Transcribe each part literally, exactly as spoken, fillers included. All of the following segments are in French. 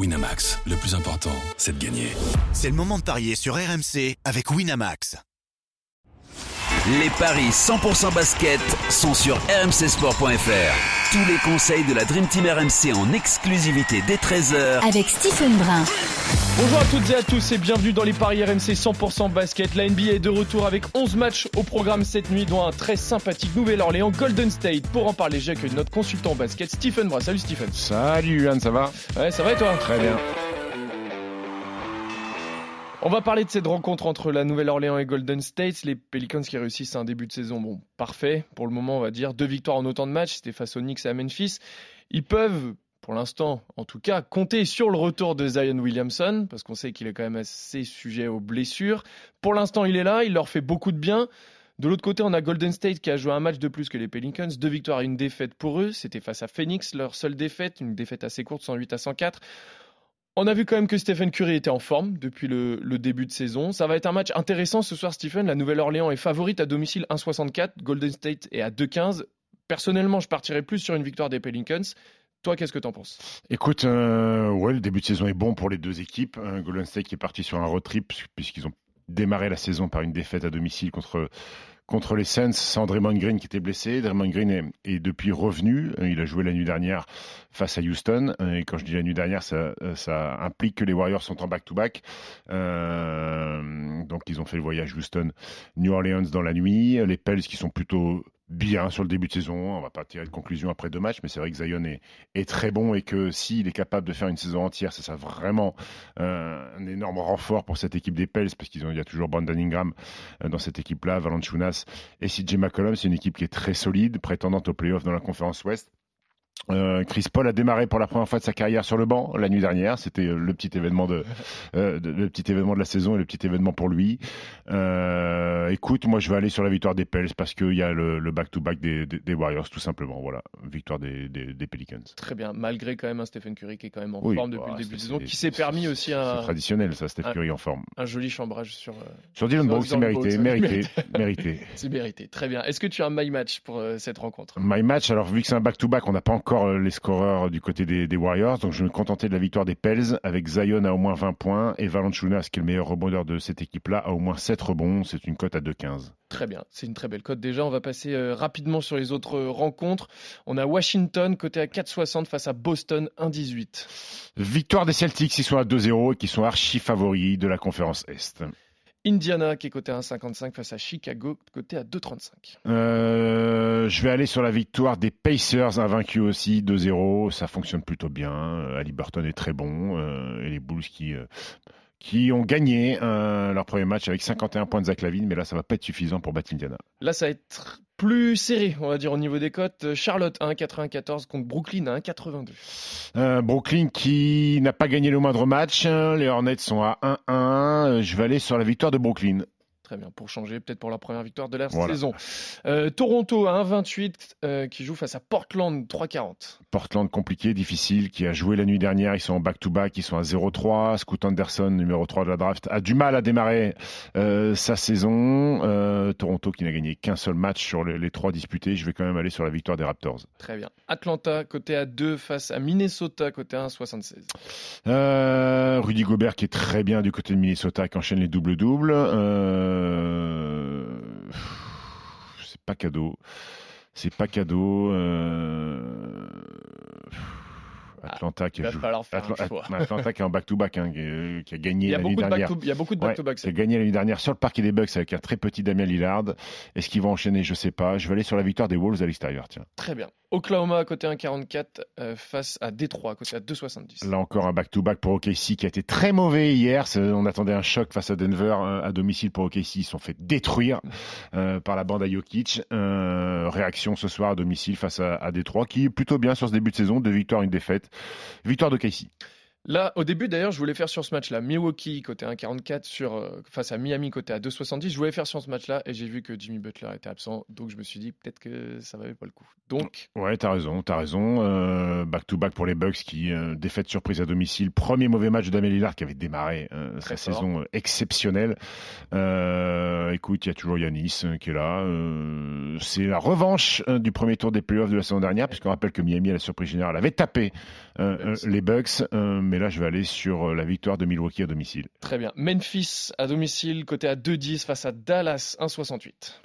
Winamax, le plus important, c'est de gagner. C'est le moment de parier sur R M C avec Winamax. Les paris cent pour cent basket sont sur r m c sport point f r. Tous les conseils de la Dream Team R M C en exclusivité dès treize heures avec Stephen Brun. Bonjour à toutes et à tous et bienvenue dans les paris R M C cent pour cent basket. La N B A est de retour avec onze matchs au programme cette nuit, dont un très sympathique Nouvelle-Orléans Golden State. Pour en parler, j'accueille notre consultant basket Stephen Brun. Salut Stephen. Salut Yann, ça va ? Ouais, ça va et toi ? Très bien. On va parler de cette rencontre entre la Nouvelle-Orléans et Golden State. Les Pelicans qui réussissent un début de saison bon, parfait pour le moment, on va dire. Deux victoires en autant de matchs, c'était face aux Knicks et à Memphis. Ils peuvent, pour l'instant en tout cas, compter sur le retour de Zion Williamson, parce qu'on sait qu'il est quand même assez sujet aux blessures. Pour l'instant, il est là, il leur fait beaucoup de bien. De l'autre côté, on a Golden State qui a joué un match de plus que les Pelicans. Deux victoires et une défaite pour eux. C'était face à Phoenix, leur seule défaite, une défaite assez courte, cent huit à cent quatre. On a vu quand même que Stephen Curry était en forme depuis le, le début de saison. Ça va être un match intéressant ce soir, Stephen. La Nouvelle-Orléans est favorite à domicile un virgule soixante-quatre. Golden State est à deux virgule quinze. Personnellement, je partirais plus sur une victoire des Pelicans. Toi, qu'est-ce que t'en penses ? Écoute, euh, ouais, le début de saison est bon pour les deux équipes. Un Golden State qui est parti sur un road trip puisqu'ils ont démarré la saison par une défaite à domicile contre... Contre les Suns, sans Draymond Green qui était blessé. Draymond Green est, est depuis revenu. Il a joué la nuit dernière face à Houston. Et quand je dis la nuit dernière, ça, ça implique que les Warriors sont en back-to-back. Euh, donc ils ont fait le voyage Houston-New Orleans dans la nuit. Les Pels qui sont plutôt bien sur le début de saison. On ne va pas tirer de conclusion après deux matchs, mais c'est vrai que Zion est, est très bon et que s'il est capable de faire une saison entière, ça sera vraiment euh, un énorme renfort pour cette équipe des Pels, parce qu'il y a toujours Brandon Ingram euh, dans cette équipe-là, Valanciunas et C J McCollum. C'est une équipe qui est très solide, prétendante aux playoffs dans la conférence Ouest. Euh, Chris Paul a démarré pour la première fois de sa carrière sur le banc la nuit dernière. C'était le petit événement de, euh, de le petit événement de la saison et le petit événement pour lui. Euh, écoute, moi je vais aller sur la victoire des Pels parce qu'il y a le, le back-to-back des, des, des Warriors tout simplement. Voilà, victoire des, des, des Pelicans. Très bien, malgré quand même un Stephen Curry qui est quand même en oui, forme depuis bah, le début de c'est, saison, qui s'est permis aussi un. C'est traditionnel ça, Steph Curry en forme. Un joli chambrage sur. Euh, sur Dylan Brooks, c'est mérité, mérité, mérité. C'est mérité. Très bien. Est-ce que tu as un my match pour euh, cette rencontre ? My match. Alors vu que c'est un back-to-back, on n'a pas encore euh, les scoreurs du côté des, des Warriors, donc je vais me contenter de la victoire des Pels avec Zion à au moins vingt points et Valanciunas, qui est le meilleur rebondeur de cette équipe-là, à au moins sept rebonds. C'est une cote à deux virgule quinze. Très bien, c'est une très belle cote déjà. On va passer euh, rapidement sur les autres euh, rencontres. On a Washington coté à quatre virgule soixante face à Boston un virgule dix-huit. Victoire des Celtics, ils sont à deux zéro et qui sont archi favoris de la conférence Est. Indiana qui est coté à un virgule cinquante-cinq face à Chicago coté à deux virgule trente-cinq. Euh, je vais aller sur la victoire des Pacers, invaincus aussi, deux zéro. Ça fonctionne plutôt bien. Ali Burton est très bon. Euh, et les Bulls qui, euh, qui ont gagné euh, leur premier match avec cinquante et un points de Zach LaVine. Mais là, ça va pas être suffisant pour battre Indiana. Là, ça va être plus serré, on va dire, au niveau des cotes. Charlotte à un virgule quatre-vingt-quatorze contre Brooklyn à un virgule quatre-vingt-deux. Euh, Brooklyn qui n'a pas gagné le moindre match. Les Hornets sont à un un. Je vais aller sur la victoire de Brooklyn. Très bien, pour changer, peut-être pour la première victoire de la voilà. saison. Euh, Toronto à un virgule vingt-huit euh, qui joue face à Portland trois virgule quarante. Portland compliqué, difficile, qui a joué la nuit dernière. Ils sont en back-to-back, ils sont à zéro trois. Scoot Anderson, numéro trois de la draft, a du mal à démarrer euh, sa saison. Euh, Toronto qui n'a gagné qu'un seul match sur les, les trois disputés. Je vais quand même aller sur la victoire des Raptors. Très bien. Atlanta côté à deux face à Minnesota côté à un virgule soixante-seize. Euh, Rudy Gobert qui est très bien du côté de Minnesota, qui enchaîne les doubles-doubles. Euh, c'est pas cadeau. C'est pas cadeau. Euh... Atlanta qui a va joué. falloir faire Atl- un choix. Atlanta qui est en back-to-back, hein, qui, qui a gagné Il y a la beaucoup nuit de dernière. back-to- il y a beaucoup de back-to-back. Ouais, qui a gagné la nuit dernière sur le parquet des Bucks avec un très petit Damian Lillard. Est-ce qu'ils vont enchaîner ? Je sais pas. Je vais aller sur la victoire des Wolves à l'extérieur. Tiens. Très bien. Oklahoma à côté un virgule quarante-quatre euh, face à Détroit côté à deux virgule soixante-dix. Là encore un back-to-back pour O K C qui a été très mauvais hier. C'est, on attendait un choc face à Denver euh, à domicile pour O K C. Ils se sont fait détruire euh, par la bande à Jokic. Euh, réaction ce soir à domicile face à, à Détroit qui est plutôt bien sur ce début de saison. Deux victoires, une défaite. Victoire d'O K C. Là, au début, d'ailleurs, je voulais faire sur ce match-là Milwaukee côté un virgule quarante-quatre sur, euh, face à Miami côté à deux virgule soixante-dix. Je voulais faire sur ce match-là et j'ai vu que Jimmy Butler était absent. Donc, je me suis dit peut-être que ça valait pas le coup. Donc, ouais, t'as raison, t'as raison. Euh, back-to-back pour les Bucks qui euh, défaite surprise à domicile. Premier mauvais match de Damian Lillard qui avait démarré euh, sa fort. saison euh, exceptionnelle. Euh, écoute, il y a toujours Giannis euh, qui est là. Euh, c'est la revanche euh, du premier tour des playoffs de la saison dernière, puisqu'on rappelle que Miami, à la surprise générale, avait tapé euh, les Bucks, euh, mais là je vais aller sur la victoire de Milwaukee à domicile. Très bien. Memphis à domicile, côté à deux dix face à Dallas un soixante-huit.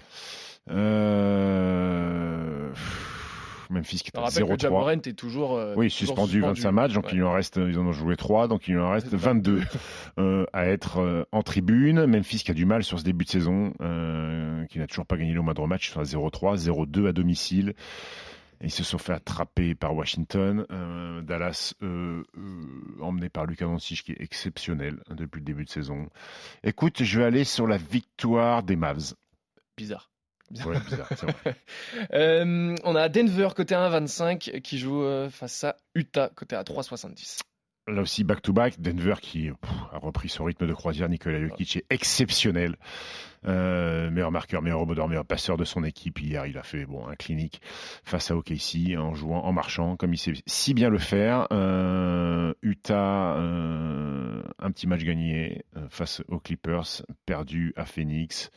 Euh... Memphis qui est à zéro trois. Ja Morant est toujours euh, oui, toujours suspendu, suspendu vingt-cinq matchs, donc ouais. il en reste, ils en ont joué trois, donc il en reste vingt-deux euh, à être euh, en tribune. Memphis qui a du mal sur ce début de saison, euh, qui n'a toujours pas gagné le moindre match, ils sont à zéro trois, zéro deux à domicile. Et ils se sont fait attraper par Washington. Euh, Dallas, euh, euh, emmené par Luka Doncic, qui est exceptionnel hein, depuis le début de saison. Écoute, je vais aller sur la victoire des Mavs. Bizarre. Bizarre. Ouais, bizarre, c'est vrai. euh, on a Denver côté à un vingt-cinq qui joue euh, face à Utah côté à trois soixante-dix. Là aussi, back-to-back, Denver qui pff, a repris son rythme de croisière. Nikola Jokic est exceptionnel. Euh, meilleur marqueur, meilleur rebondeur, meilleur passeur de son équipe. Hier, il a fait bon, un clinique face à O K C en jouant, en marchant, comme il sait si bien le faire. Euh, Utah, euh, un petit match gagné euh, face aux Clippers, perdu à Phoenix.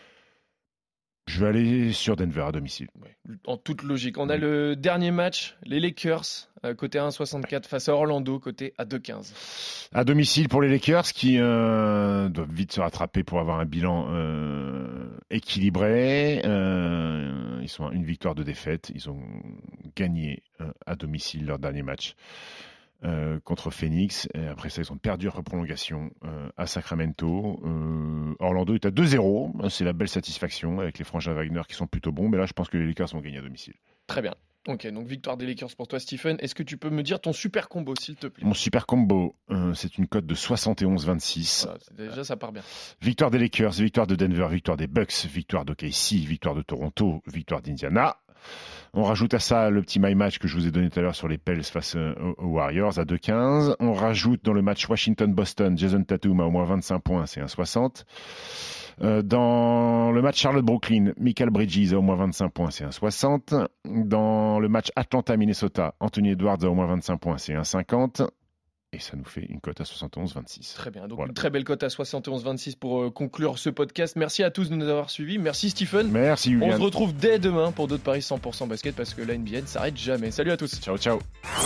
Je vais aller sur Denver à domicile. Ouais, en toute logique. On a le dernier match, les Lakers, euh, côté à un soixante-quatre face à Orlando, côté à deux quinze. À domicile pour les Lakers qui euh, doivent vite se rattraper pour avoir un bilan euh, équilibré. Euh, ils sont à une victoire de défaite. Ils ont gagné euh, à domicile leur dernier match. Euh, contre Phoenix, et après ça ils ont perdu après prolongation euh, à Sacramento. euh, Orlando est à deux zéro, c'est la belle satisfaction avec les frangins Wagner qui sont plutôt bons, mais là je pense que les Lakers vont gagner à domicile. Très bien, ok, donc victoire des Lakers pour toi Stephen. Est-ce que tu peux me dire ton super combo s'il te plaît? Mon super combo, euh, c'est une cote de soixante et onze vingt-six. Voilà, déjà ça part bien. Victoire des Lakers, victoire de Denver, victoire des Bucks, victoire d'O K C, victoire de Toronto, victoire d'Indiana. On rajoute à ça le petit my match que je vous ai donné tout à l'heure sur les Pels face aux Warriors à deux quinze. On rajoute dans le match Washington-Boston, Jason Tatum à au moins vingt-cinq points, c'est un soixante. Euh, dans le match Charlotte-Brooklyn, Michael Bridges à au moins vingt-cinq points, c'est un soixante. Dans le match Atlanta-Minnesota, Anthony Edwards à au moins vingt-cinq points, c'est un cinquante. Et ça nous fait une cote à soixante et onze vingt-six. Très bien, donc voilà. Une très belle cote à soixante et onze vingt-six pour euh, conclure ce podcast. Merci à tous de nous avoir suivis. Merci Stephen. Merci Julian. On se retrouve dès demain pour d'autres paris cent pour cent basket parce que la N B A ne s'arrête jamais. Salut à tous. Ciao, ciao.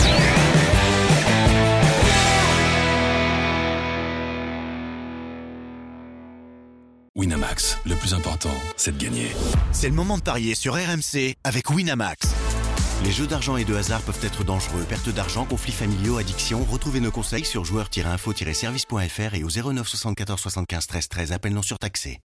Winamax, le plus important, c'est de gagner. C'est le moment de parier sur R M C avec Winamax. Les jeux d'argent et de hasard peuvent être dangereux. Perte d'argent, conflits familiaux, addiction. Retrouvez nos conseils sur joueurs tiret info tiret service point f r et au zéro neuf soixante-quatorze soixante-quinze treize treize. Appel non surtaxé.